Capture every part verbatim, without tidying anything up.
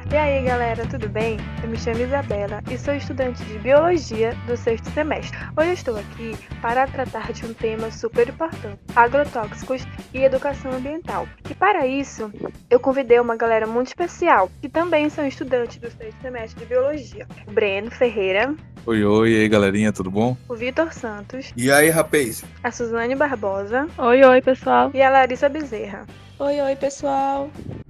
E aí, galera, tudo bem? Eu me chamo Isabela e sou estudante de Biologia do sexto semestre. Hoje eu estou aqui para tratar de um tema super importante, agrotóxicos e educação ambiental. E para isso, eu convidei uma galera muito especial, que também são estudantes do sexto semestre de Biologia. O Breno Ferreira. Oi, oi, e aí, galerinha, tudo bom? O Vitor Santos. E aí, rapaz? A Suzane Barbosa. Oi, oi, pessoal. E a Larissa Bezerra. Oi, oi, pessoal.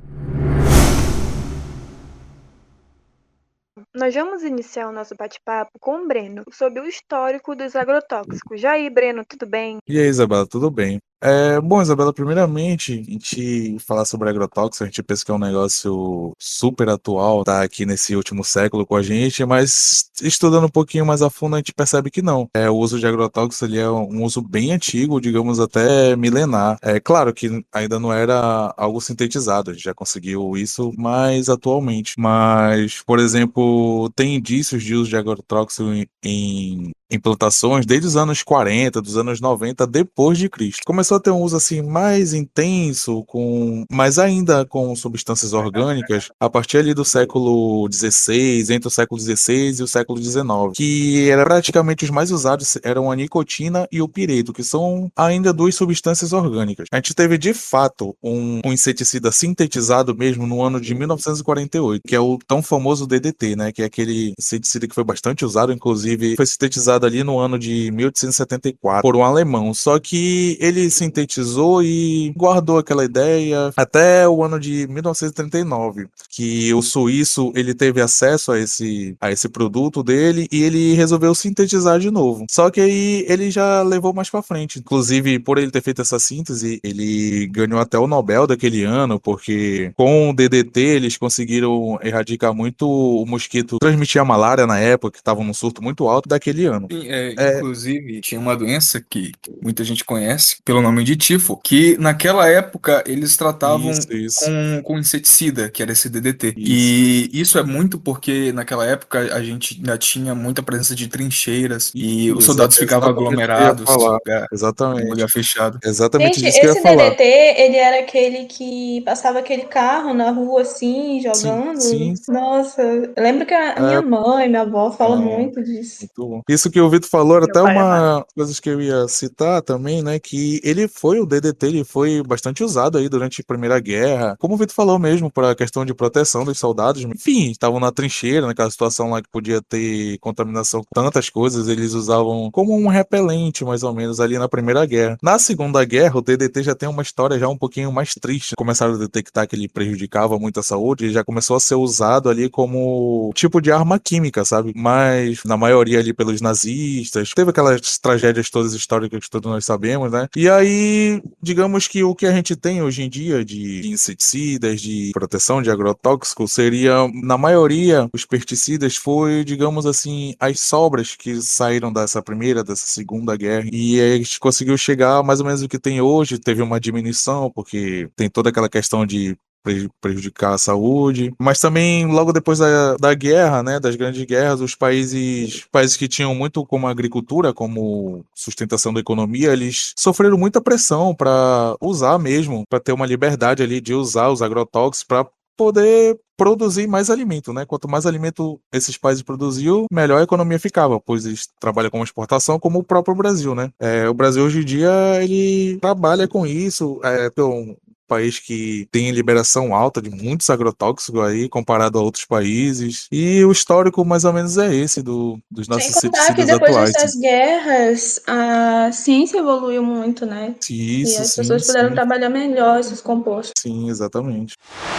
Nós vamos iniciar o nosso bate-papo com o Breno, sobre o histórico dos agrotóxicos. E aí, Breno, tudo bem? E aí, Isabela, tudo bem? É, bom, Isabela, primeiramente, a gente falar sobre agrotóxicos, a gente pensa que é um negócio super atual, tá aqui nesse último século com a gente, mas estudando um pouquinho mais a fundo, a gente percebe que não. É, o uso de agrotóxicos ele é um uso bem antigo, digamos até milenar. É claro que ainda não era algo sintetizado, a gente já conseguiu isso mais atualmente. Mas, por exemplo, tem indícios de uso de agrotóxicos em, em em plantações desde os anos quarenta, dos anos noventa, depois de Cristo. Começou a ter um uso assim mais intenso, com, mas ainda com substâncias orgânicas, a partir ali do século dezesseis, entre o século dezesseis e o século dezenove, que era praticamente os mais usados eram a nicotina e o pireto, que são ainda duas substâncias orgânicas. A gente teve de fato um, um inseticida sintetizado mesmo no ano de mil novecentos e quarenta e oito, que é o tão famoso D D T, né, que é aquele inseticida que foi bastante usado, inclusive foi sintetizado ali no ano de mil oitocentos e setenta e quatro por um alemão, só que ele sintetizou e guardou aquela ideia até o ano de mil novecentos e trinta e nove, que o suíço ele teve acesso a esse, a esse produto dele e ele resolveu sintetizar de novo. Só que aí ele já levou mais para frente, inclusive por ele ter feito essa síntese, ele ganhou até o Nobel daquele ano, porque com o D D T eles conseguiram erradicar muito o mosquito que transmitia a malária na época, que estava num surto muito alto daquele ano. Sim, é, É. Inclusive, tinha uma doença que muita gente conhece pelo nome de tifo, que naquela época eles tratavam Isso, isso, com, com inseticida, que era esse D D T. isso. E isso é muito porque naquela época a gente ainda tinha muita presença de trincheiras e os Isso, soldados é ficavam exatamente o que eu ia aglomerados falar. lugar, num Exatamente. lugar fechado. Exatamente Gente, disso que eu ia esse falar. D D T, ele era aquele que passava aquele carro na rua assim, Sim, sim. jogando. Nossa, eu lembro que a a minha É, mãe, minha avó fala é, muito disso. muito bom. Isso que o Vitor falou era Meu até pai amado. uma coisa que eu ia citar também, né? Que ele foi, o D D T, ele foi bastante usado aí durante a Primeira Guerra. Como o Vitor falou mesmo, para a questão de proteção dos soldados. Enfim, estavam na trincheira, naquela situação lá que podia ter contaminação com tantas coisas, eles usavam como um repelente, mais ou menos, ali na Primeira Guerra. Na Segunda Guerra, o D D T já tem uma história já um pouquinho mais triste. Começaram a detectar que ele prejudicava muito a saúde e já começou a ser usado ali como tipo de arma química, sabe? Mas na maioria ali pelos nazistas. Teve aquelas tragédias todas históricas que todos nós sabemos, né? E aí, digamos que o que a gente tem hoje em dia de inseticidas, de proteção de agrotóxicos, seria, na maioria, os pesticidas foi, digamos assim, as sobras que saíram dessa primeira, dessa segunda guerra. E a gente conseguiu chegar mais ou menos o que tem hoje. Teve uma diminuição, porque tem toda aquela questão de prejudicar a saúde, mas também logo depois da, da guerra, né, das grandes guerras, os países, países que tinham muito como agricultura, como sustentação da economia, eles sofreram muita pressão para usar mesmo, para ter uma liberdade ali de usar os agrotóxicos para poder produzir mais alimento, né? Quanto mais alimento esses países produziam, melhor a economia ficava, pois eles trabalham com exportação, como o próprio Brasil, né? É, o Brasil hoje em dia ele trabalha com isso, é, então, país que tem liberação alta de muitos agrotóxicos aí, comparado a outros países. E o histórico mais ou menos é esse do, dos nossos Sem contar que inseticidas depois atuais. dessas guerras, a ciência evoluiu muito, né? E Isso, as sim, pessoas puderam sim. trabalhar melhor esses compostos. Sim, exatamente.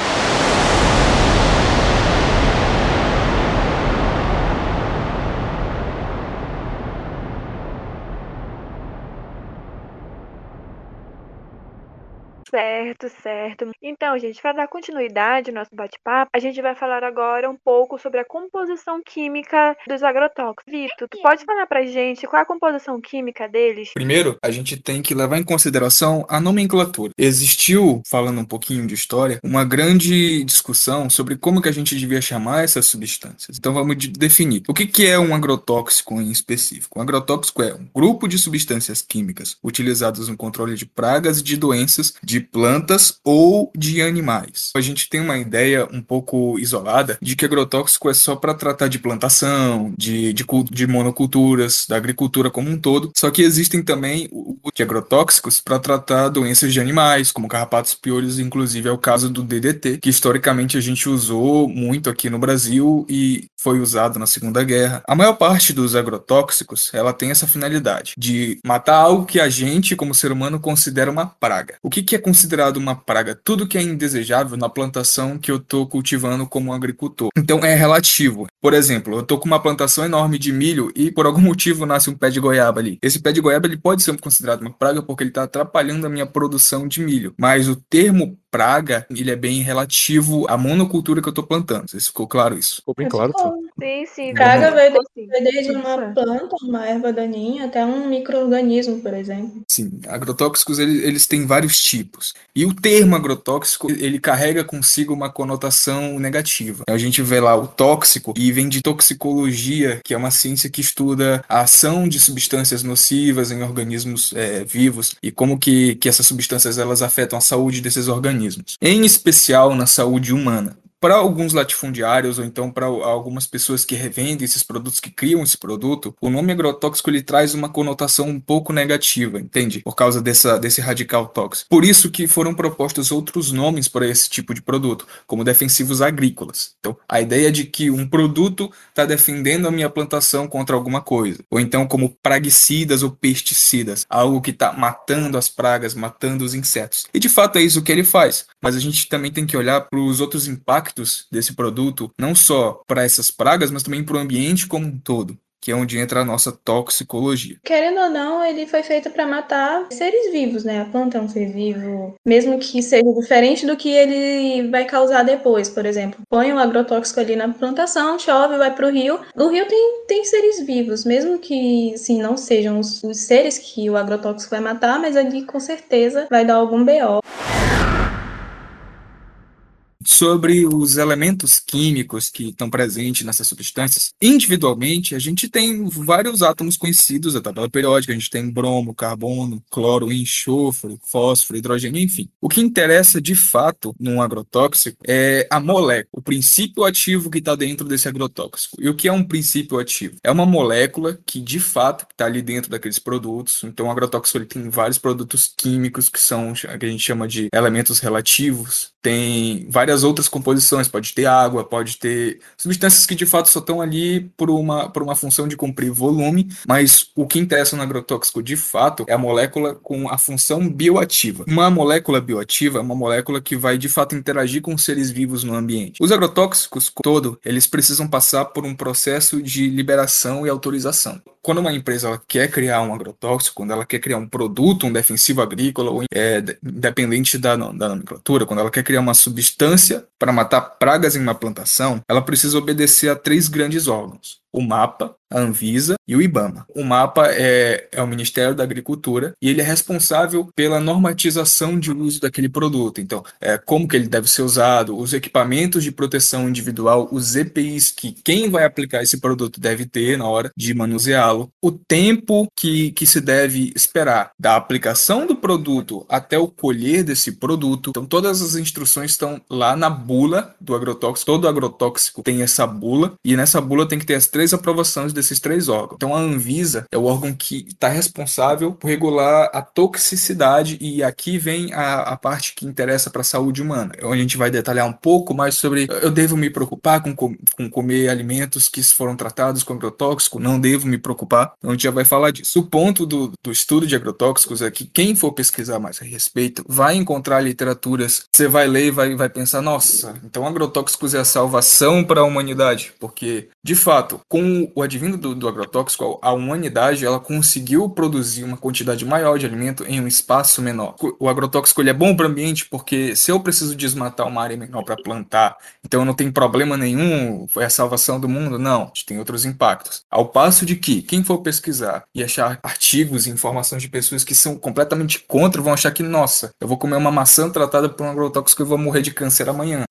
Certo, certo. Então, gente, para dar continuidade ao nosso bate-papo, a gente vai falar agora um pouco sobre a composição química dos agrotóxicos. Vitor, tu pode falar pra gente qual é a composição química deles? Primeiro, a gente tem que levar em consideração a nomenclatura. Existiu, falando um pouquinho de história, uma grande discussão sobre como que a gente devia chamar essas substâncias. Então vamos de- definir. O que que é um agrotóxico em específico? Um agrotóxico é um grupo de substâncias químicas utilizadas no controle de pragas e de doenças de plantas ou de animais. A gente tem uma ideia um pouco isolada de que agrotóxico é só para tratar de plantação, de, de, de monoculturas, da agricultura como um todo, só que existem também de agrotóxicos para tratar doenças de animais, como carrapatos, piolhos, inclusive é o caso do D D T, que historicamente a gente usou muito aqui no Brasil e foi usado na Segunda Guerra. A maior parte dos agrotóxicos, ela tem essa finalidade de matar algo que a gente, como ser humano, considera uma praga. O que, que é considerado uma praga? Tudo que é indesejável na plantação que eu estou cultivando como agricultor. Então é relativo. Por exemplo, eu estou com uma plantação enorme de milho e por algum motivo nasce um pé de goiaba ali. Esse pé de goiaba ele pode ser considerado uma praga porque ele está atrapalhando a minha produção de milho. Mas o termo praga, ele é bem relativo à monocultura que eu estou plantando. Se ficou claro isso? Ficou bem claro. Sim, sim. Praga Vamos- vai de- sim. vai desde Tudo uma certo. planta, uma erva daninha, até um micro-organismo, por exemplo. Sim, agrotóxicos eles, eles têm vários tipos. E o termo agrotóxico, ele carrega consigo uma conotação negativa. A gente vê lá o tóxico e vem de toxicologia, que é uma ciência que estuda a ação de substâncias nocivas em organismos é, vivos e como que, que essas substâncias elas afetam a saúde desses organismos. Em especial na saúde humana. Para alguns latifundiários ou então para algumas pessoas que revendem esses produtos, que criam esse produto, o nome agrotóxico ele traz uma conotação um pouco negativa, entende? Por causa dessa, desse radical tóxico. Por isso que foram propostos outros nomes para esse tipo de produto, como defensivos agrícolas. Então, a ideia de que um produto está defendendo a minha plantação contra alguma coisa. Ou então como praguicidas ou pesticidas, algo que está matando as pragas, matando os insetos. E de fato é isso que ele faz. Mas a gente também tem que olhar para os outros impactos desse produto, não só para essas pragas, mas também para o ambiente como um todo, que é onde entra a nossa toxicologia. Querendo ou não, ele foi feito para matar seres vivos, né? A planta é um ser vivo, mesmo que seja diferente do que ele vai causar depois. Por exemplo, põe um agrotóxico ali na plantação, chove, vai para o rio. O rio tem, tem seres vivos, mesmo que sim, não sejam os, os seres que o agrotóxico vai matar, mas ali com certeza vai dar algum B O. Sobre os elementos químicos que estão presentes nessas substâncias, individualmente, a gente tem vários átomos conhecidos da tabela periódica, a gente tem bromo, carbono, cloro, enxofre, fósforo, hidrogênio, enfim. O que interessa de fato num agrotóxico é a molécula, o princípio ativo que está dentro desse agrotóxico. E o que é um princípio ativo? É uma molécula que de fato está ali dentro daqueles produtos. Então o agrotóxico ele tem vários produtos químicos que são, que a gente chama de elementos relativos, tem várias outras composições, pode ter água, pode ter substâncias que de fato só estão ali por uma, por uma função de cumprir volume, mas o que interessa no agrotóxico de fato é a molécula com a função bioativa. Uma molécula bioativa é uma molécula que vai de fato interagir com seres vivos no ambiente. Os agrotóxicos todo, eles precisam passar por um processo de liberação e autorização. Quando uma empresa ela quer criar um agrotóxico, quando ela quer criar um produto, um defensivo agrícola, ou é, independente da, da nomenclatura, quando ela quer criar uma substância para matar pragas em uma plantação, ela precisa obedecer a três grandes órgãos: o MAPA, a Anvisa e o IBAMA. O MAPA é, é o Ministério da Agricultura e ele é responsável pela normatização de uso daquele produto. Então, é, como que ele deve ser usado, os equipamentos de proteção individual, os E P Is que quem vai aplicar esse produto deve ter na hora de manuseá-lo, o tempo que, que se deve esperar da aplicação do produto até o colher desse produto. Então, todas as instruções estão lá na bula do agrotóxico. Todo agrotóxico tem essa bula e nessa bula tem que ter as três aprovações desses três órgãos. Então a Anvisa é o órgão que está responsável por regular a toxicidade e aqui vem a, a parte que interessa para a saúde humana, onde a gente vai detalhar um pouco mais sobre eu devo me preocupar com, com, com comer alimentos que foram tratados com agrotóxico, não devo me preocupar, então a gente já vai falar disso. O ponto do, do estudo de agrotóxicos é que quem for pesquisar mais a respeito vai encontrar literaturas, você vai ler e vai, vai pensar, nossa, então agrotóxicos é a salvação para a humanidade, porque de fato, com o advindo do, do agrotóxico, a humanidade ela conseguiu produzir uma quantidade maior de alimento em um espaço menor. O agrotóxico ele é bom para o ambiente porque se eu preciso desmatar uma área menor para plantar, então não tem problema nenhum, foi a salvação do mundo, não, a gente tem outros impactos. Ao passo de que quem for pesquisar e achar artigos e informações de pessoas que são completamente contra, vão achar que, nossa, eu vou comer uma maçã tratada por um agrotóxico e vou morrer de câncer amanhã.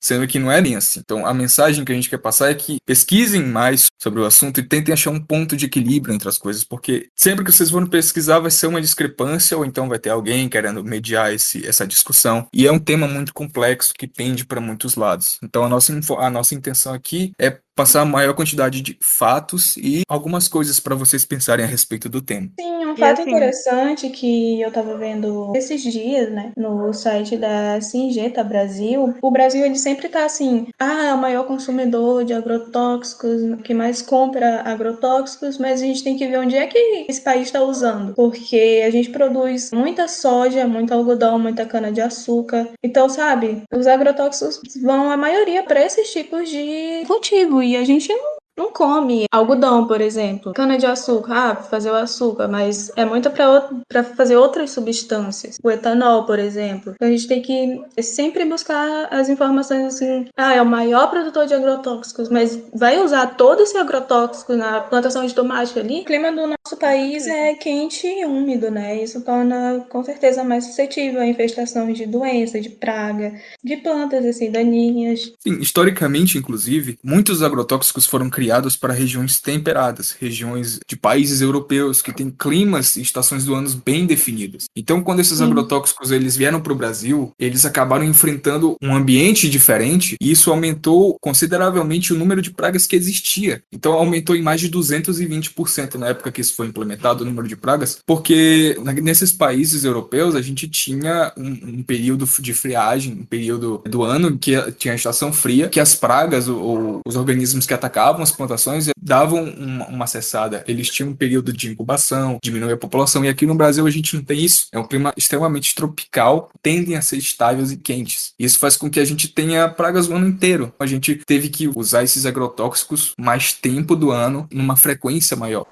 sendo que não é bem assim. Então, a mensagem que a gente quer passar é que pesquisem mais sobre o assunto e tentem achar um ponto de equilíbrio entre as coisas, porque sempre que vocês forem pesquisar vai ser uma discrepância ou então vai ter alguém querendo mediar esse, essa discussão. E é um tema muito complexo que pende para muitos lados. Então, a nossa, a nossa intenção aqui é passar a maior quantidade de fatos e algumas coisas para vocês pensarem a respeito do tema. Sim, um E fato assim- interessante que eu tava vendo esses dias, né, no site da Singenta Brasil, o Brasil ele sempre tá assim, ah, é o maior consumidor de agrotóxicos, que mais compra agrotóxicos, mas a gente tem que ver onde é que esse país está usando, porque a gente produz muita soja, muito algodão, muita cana-de-açúcar, então, sabe, os agrotóxicos vão, a maioria, para esses tipos de cultivo, e a gente não não come algodão, por exemplo, cana-de-açúcar, ah, para fazer o açúcar, mas é muito para fazer outras substâncias. O etanol, por exemplo. Então a gente tem que sempre buscar as informações assim, ah, é o maior produtor de agrotóxicos, mas vai usar todo esse agrotóxico na plantação de tomate ali? O clima do nosso país é quente e úmido, né? Isso torna, com certeza, mais suscetível à infestação de doenças, de praga, de plantas, assim, daninhas. Sim, historicamente, inclusive, muitos agrotóxicos foram criados para regiões temperadas, regiões de países europeus que têm climas e estações do ano bem definidas. Então, quando esses Sim. agrotóxicos eles vieram para o Brasil, eles acabaram enfrentando um ambiente diferente e isso aumentou consideravelmente o número de pragas que existia. Então, aumentou em mais de duzentos e vinte por cento na época que isso foi implementado, o número de pragas, porque nesses países europeus a gente tinha um, um período de friagem, um período do ano que tinha a estação fria, que as pragas ou, ou os organismos que atacavam as plantações davam uma, uma cessada. Eles tinham um período de incubação, diminui a população, e aqui no Brasil a gente não tem isso. É um clima extremamente tropical, tendem a ser estáveis e quentes. Isso faz com que a gente tenha pragas o ano inteiro. A gente teve que usar esses agrotóxicos mais tempo do ano, numa frequência maior.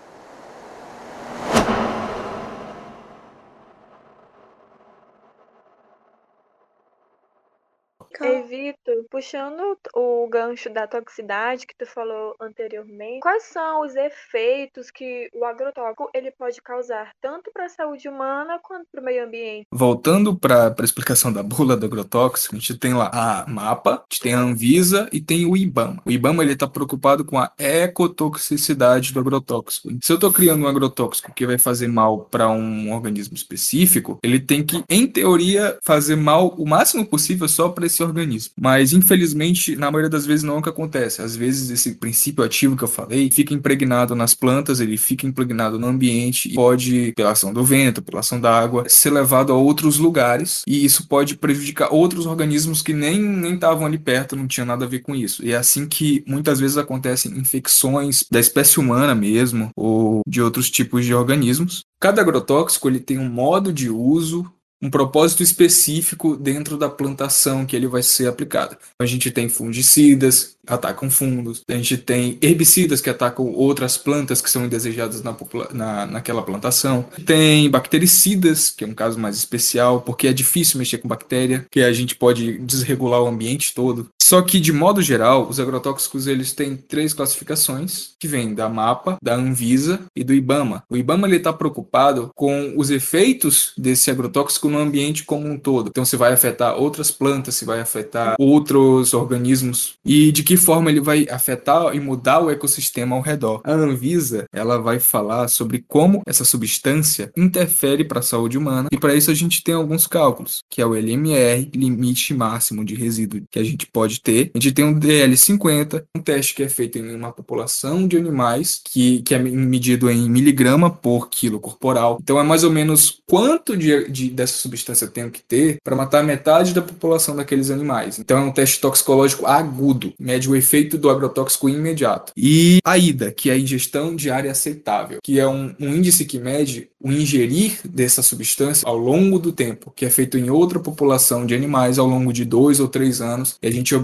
Ei, Vitor, puxando o gancho da toxicidade que tu falou anteriormente, quais são os efeitos que o agrotóxico ele pode causar tanto para a saúde humana quanto para o meio ambiente? Voltando para a explicação da bula do agrotóxico, a gente tem lá a MAPA, a gente tem a Anvisa e tem o IBAMA. O IBAMA ele está preocupado com a ecotoxicidade do agrotóxico. Se eu estou criando um agrotóxico que vai fazer mal para um organismo específico, ele tem que, em teoria, fazer mal o máximo possível só para esse organismo. Mas, infelizmente, na maioria das vezes não é o que acontece. Às vezes esse princípio ativo que eu falei fica impregnado nas plantas, ele fica impregnado no ambiente e pode, pela ação do vento, pela ação da água, ser levado a outros lugares e isso pode prejudicar outros organismos que nem nem estavam ali perto, não tinha nada a ver com isso. E é assim que muitas vezes acontecem infecções da espécie humana mesmo ou de outros tipos de organismos. Cada agrotóxico ele tem um modo de uso, um propósito específico dentro da plantação que ele vai ser aplicado. A gente tem fungicidas, atacam fungos, a gente tem herbicidas que atacam outras plantas que são indesejadas na, na, naquela plantação, tem bactericidas, que é um caso mais especial, porque é difícil mexer com bactéria, que a gente pode desregular o ambiente todo. Só que, de modo geral, os agrotóxicos eles têm três classificações, que vêm da MAPA, da Anvisa e do IBAMA. O IBAMA está preocupado com os efeitos desse agrotóxico no ambiente como um todo. Então, se vai afetar outras plantas, se vai afetar outros organismos e de que forma ele vai afetar e mudar o ecossistema ao redor. A Anvisa ela vai falar sobre como essa substância interfere para a saúde humana e para isso a gente tem alguns cálculos, que é o L M R, limite máximo de resíduo que a gente pode ter. A gente tem um D L cinquenta, um teste que é feito em uma população de animais que, que é medido em miligrama por quilo corporal. Então é mais ou menos quanto de, de, dessa substância eu tenho que ter para matar metade da população daqueles animais. Então é um teste toxicológico agudo, mede o efeito do agrotóxico imediato. E a I D A, que é a ingestão diária aceitável, que é um, um índice que mede o ingerir dessa substância ao longo do tempo, que é feito em outra população de animais ao longo de dois ou três anos. E a gente observa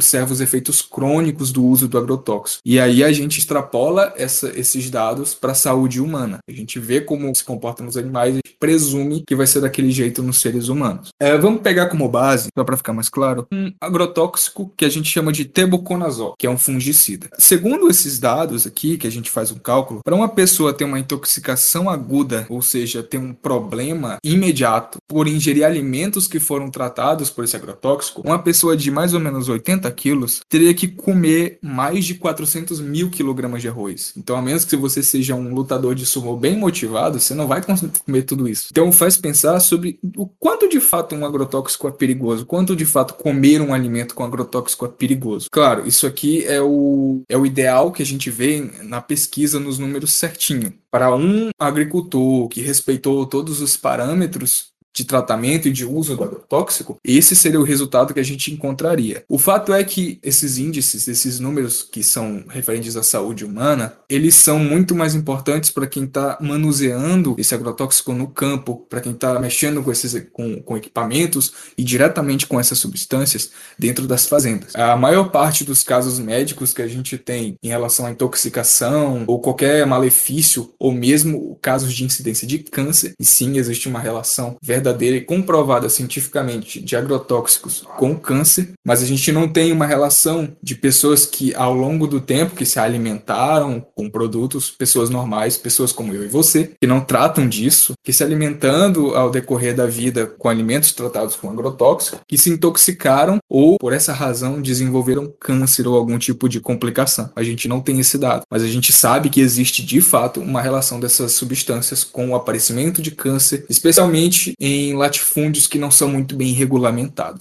observa os efeitos crônicos do uso do agrotóxico. E aí a gente extrapola essa, esses dados para a saúde humana. A gente vê como se comporta nos animais e presume que vai ser daquele jeito nos seres humanos. É, vamos pegar como base, só para ficar mais claro, um agrotóxico que a gente chama de tebuconazol, que é um fungicida. Segundo esses dados aqui, que a gente faz um cálculo, para uma pessoa ter uma intoxicação aguda, ou seja, ter um problema imediato por ingerir alimentos que foram tratados por esse agrotóxico, uma pessoa de mais ou menos oitenta quilos teria que comer mais de quatrocentos mil quilogramas de arroz. Então, a menos que você seja um lutador de sumo bem motivado, você não vai conseguir comer tudo isso. Então, faz pensar sobre o quanto de fato um agrotóxico é perigoso, quanto de fato comer um alimento com agrotóxico é perigoso. Claro, isso aqui é o, é o ideal que a gente vê na pesquisa nos números certinho. Para um agricultor que respeitou todos os parâmetros de tratamento e de uso do agrotóxico, esse seria o resultado que a gente encontraria. O fato é que esses índices, esses números que são referentes à saúde humana, eles são muito mais importantes para quem está manuseando esse agrotóxico no campo, para quem está mexendo com, esses, com, com equipamentos e diretamente com essas substâncias dentro das fazendas. A maior parte dos casos médicos que a gente tem em relação à intoxicação ou qualquer malefício, ou mesmo casos de incidência de câncer, e sim, existe uma relação verdadeira verdadeira e comprovada cientificamente de agrotóxicos com câncer, mas a gente não tem uma relação de pessoas que ao longo do tempo que se alimentaram com produtos, pessoas normais, pessoas como eu e você, que não tratam disso, que se alimentando ao decorrer da vida com alimentos tratados com agrotóxico, que se intoxicaram ou por essa razão desenvolveram câncer ou algum tipo de complicação. A gente não tem esse dado, mas a gente sabe que existe de fato uma relação dessas substâncias com o aparecimento de câncer, especialmente em em latifúndios que não são muito bem regulamentados.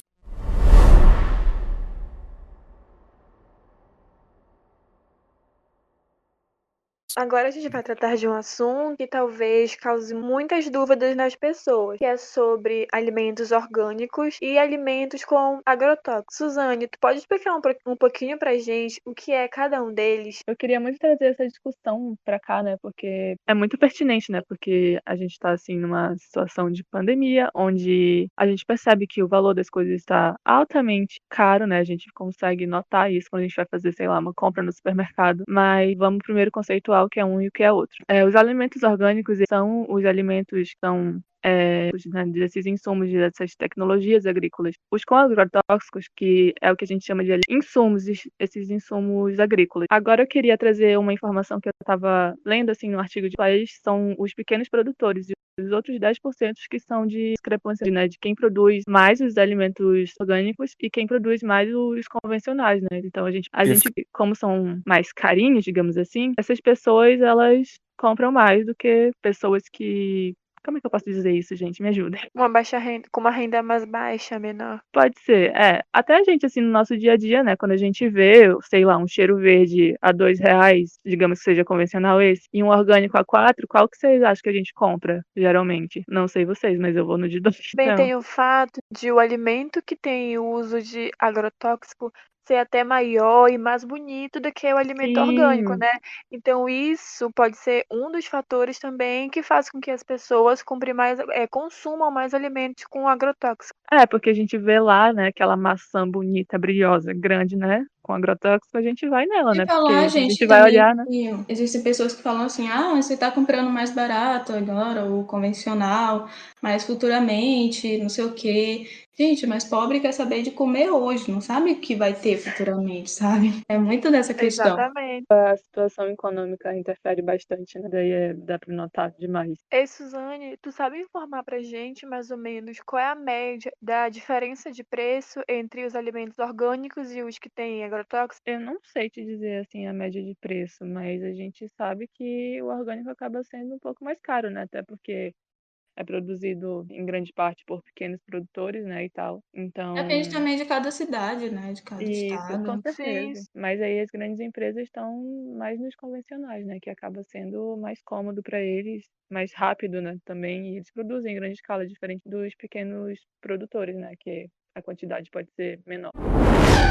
Agora a gente vai tratar de um assunto que talvez cause muitas dúvidas nas pessoas, que é sobre alimentos orgânicos e alimentos com agrotóxicos. Suzane, tu pode explicar um, um pouquinho pra gente o que é cada um deles? Eu queria muito trazer essa discussão pra cá, né, porque é muito pertinente, né, porque a gente tá, assim, numa situação de pandemia, onde a gente percebe que o valor das coisas está altamente caro, né, a gente consegue notar isso quando a gente vai fazer, sei lá, uma compra no supermercado, mas vamos primeiro conceituar o que é um e o que é outro. É, os alimentos orgânicos são os alimentos que são é, né, desses insumos, dessas tecnologias agrícolas. Os com agrotóxicos, que é o que a gente chama de insumos, esses insumos agrícolas. Agora eu queria trazer uma informação que eu estava lendo assim no artigo de quais são os pequenos produtores. Os outros dez por cento que são de discrepância, né, de quem produz mais os alimentos orgânicos e quem produz mais os convencionais, né? Então a gente, a gente, como são mais carinhos, digamos assim, essas pessoas elas compram mais do que pessoas que Como é que eu posso dizer isso, gente? Me ajuda. Uma baixa renda, com uma renda mais baixa, menor. Pode ser, é. Até a gente, assim, no nosso dia a dia, né? Quando a gente vê, sei lá, um cheiro verde a dois reais, digamos que seja convencional esse, e um orgânico a quatro, qual que vocês acham que a gente compra, geralmente? Não sei vocês, mas eu vou no de dois. Também Não. tem o fato de o alimento que tem o uso de agrotóxico ser até maior e mais bonito do que o alimento Sim. orgânico, né? Então isso pode ser um dos fatores também que faz com que as pessoas comprem mais, é, consumam mais alimentos com agrotóxico. É, porque a gente vê lá, né, aquela maçã bonita, brilhosa, grande, né? Com agrotóxico, a gente vai nela, E né? falar, Porque a gente, gente vai também olhar, né? que existem pessoas que falam assim, ah, mas você tá comprando mais barato agora, o convencional, mas futuramente, não sei o quê. Gente, mas pobre quer saber de comer hoje, não sabe o que vai ter futuramente, sabe? É muito dessa questão. Exatamente. A situação econômica interfere bastante, né? Daí é, dá pra notar demais. Ei, Suzane, tu sabe informar pra gente mais ou menos qual é a média da diferença de preço entre os alimentos orgânicos e os que têm agrotóxicos? Eu não sei te dizer, assim, a média de preço, mas a gente sabe que o orgânico acaba sendo um pouco mais caro, né? Até porque é produzido em grande parte por pequenos produtores, né, e tal. Então, Depende também de cada cidade, né? De cada isso, com estado. certeza. Sim. Mas aí as grandes empresas estão mais nos convencionais, né, que acaba sendo mais cômodo para eles, mais rápido, né, também. E eles produzem em grande escala, diferente dos pequenos produtores, né, que a quantidade pode ser menor.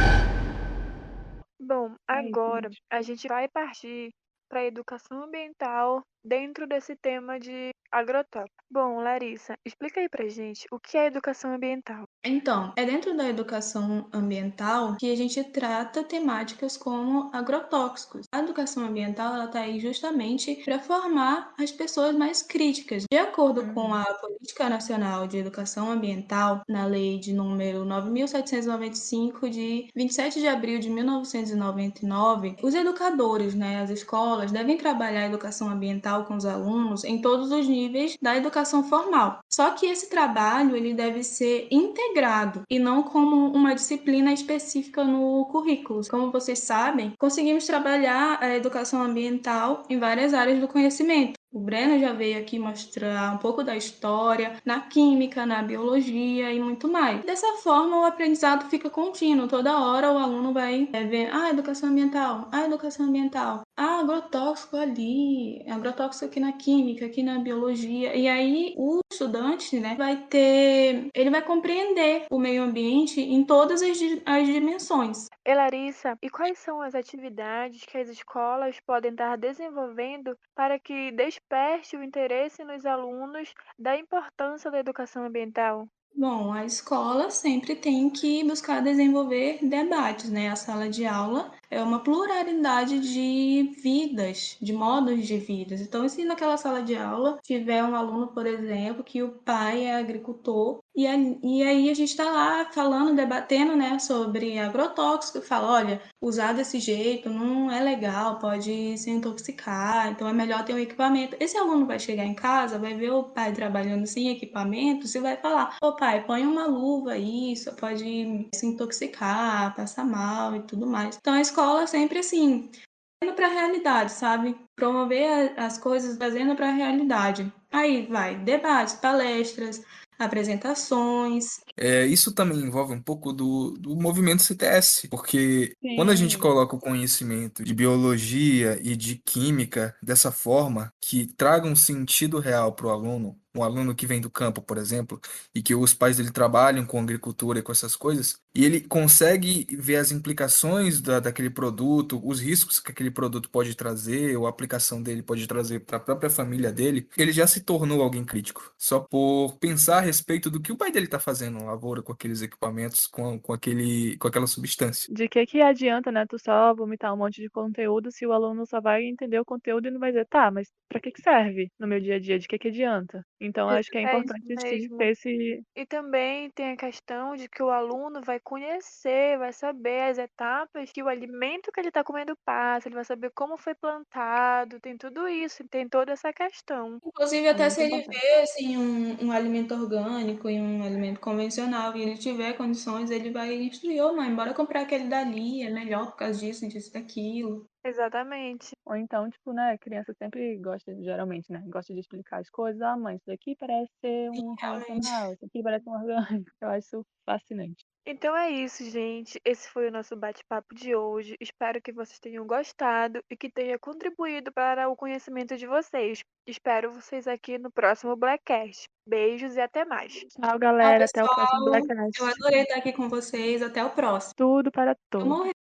Bom, É isso, agora gente. a gente vai partir para a educação ambiental dentro desse tema de agrotóxico. Bom, Larissa, explica aí pra gente o que é educação ambiental. Então, é dentro da educação ambiental que a gente trata temáticas como agrotóxicos. A educação ambiental ela está aí justamente para formar as pessoas mais críticas. De acordo com Uhum. a Política Nacional de Educação Ambiental, na lei de número nove mil setecentos e noventa e cinco, de vinte e sete de abril de mil novecentos e noventa e nove, os educadores, né, as escolas, devem trabalhar a educação ambiental com os alunos em todos os níveis da educação formal. Só que esse trabalho ele deve ser integrado e não como uma disciplina específica no currículo. Como vocês sabem, conseguimos trabalhar a educação ambiental em várias áreas do conhecimento. O Breno já veio aqui mostrar um pouco da história, na química, na biologia e muito mais. Dessa forma, o aprendizado fica contínuo. Toda hora o aluno vai é, ver, ah, educação ambiental, ah, educação ambiental, ah, agrotóxico ali, agrotóxico aqui na química, aqui na biologia. E aí o estudante, né, vai ter, ele vai compreender o meio ambiente em todas as, as dimensões. E Larissa, e quais são as atividades que as escolas podem estar desenvolvendo para que desperte o interesse nos alunos da importância da educação ambiental? Bom, a escola sempre tem que buscar desenvolver debates, né? A sala de aula é uma pluralidade de vidas, de modos de vidas. Então, se naquela sala de aula tiver um aluno, por exemplo, que o pai é agricultor, e, a, e aí a gente está lá falando, debatendo, né, sobre agrotóxico, e fala, olha, usar desse jeito não é legal, pode se intoxicar, então é melhor ter um equipamento. Esse aluno vai chegar em casa, vai ver o pai trabalhando sem equipamento, e vai falar, ô pai, põe uma luva aí, isso pode se intoxicar, passar mal e tudo mais. Então a escola é sempre assim, trazendo para a realidade, sabe? Promover as coisas trazendo para a realidade. Aí vai debates, palestras, apresentações. É, isso também envolve um pouco do, do movimento C T S, porque quando a gente Sim. coloca o conhecimento de biologia e de química dessa forma, que traga um sentido real para o aluno, um aluno que vem do campo, por exemplo, e que os pais dele trabalham com agricultura e com essas coisas, e ele consegue ver as implicações da, daquele produto, os riscos que aquele produto pode trazer, ou a aplicação dele pode trazer para a própria família dele, ele já se tornou alguém crítico, só por pensar a respeito do que o pai dele está fazendo na lavoura com aqueles equipamentos, com, com, aquele, com aquela substância. De que que adianta, né, tu só vomitar um monte de conteúdo se o aluno só vai entender o conteúdo e não vai dizer, tá, mas pra que que serve no meu dia a dia? De que que adianta? Então, eu acho que é É isso importante sim mesmo. ter esse. E também tem a questão de que o aluno vai conhecer, vai saber as etapas que o alimento que ele está comendo passa, ele vai saber como foi plantado, tem tudo isso, tem toda essa questão. Inclusive, É até muito se ele importante. vê assim, um, um alimento orgânico e um alimento convencional e ele tiver condições, ele vai instruir, ô mãe, bora comprar aquele dali, é melhor por causa disso, disso, daquilo. Exatamente. Ou então, tipo, né, criança sempre gosta, geralmente, né, gosta de explicar as coisas. Ah, mãe, isso daqui parece ser um Realmente. convencional, isso aqui parece um orgânico. Eu acho isso fascinante. Então é isso, gente. Esse foi o nosso bate-papo de hoje. Espero que vocês tenham gostado e que tenha contribuído para o conhecimento de vocês. Espero vocês aqui no próximo Blackcast. Beijos e até mais. Tchau, Tchau, galera. Até o próximo pessoal. Eu Blackcast. adorei estar aqui com vocês. Até o próximo. Tudo para Eu todos. morri.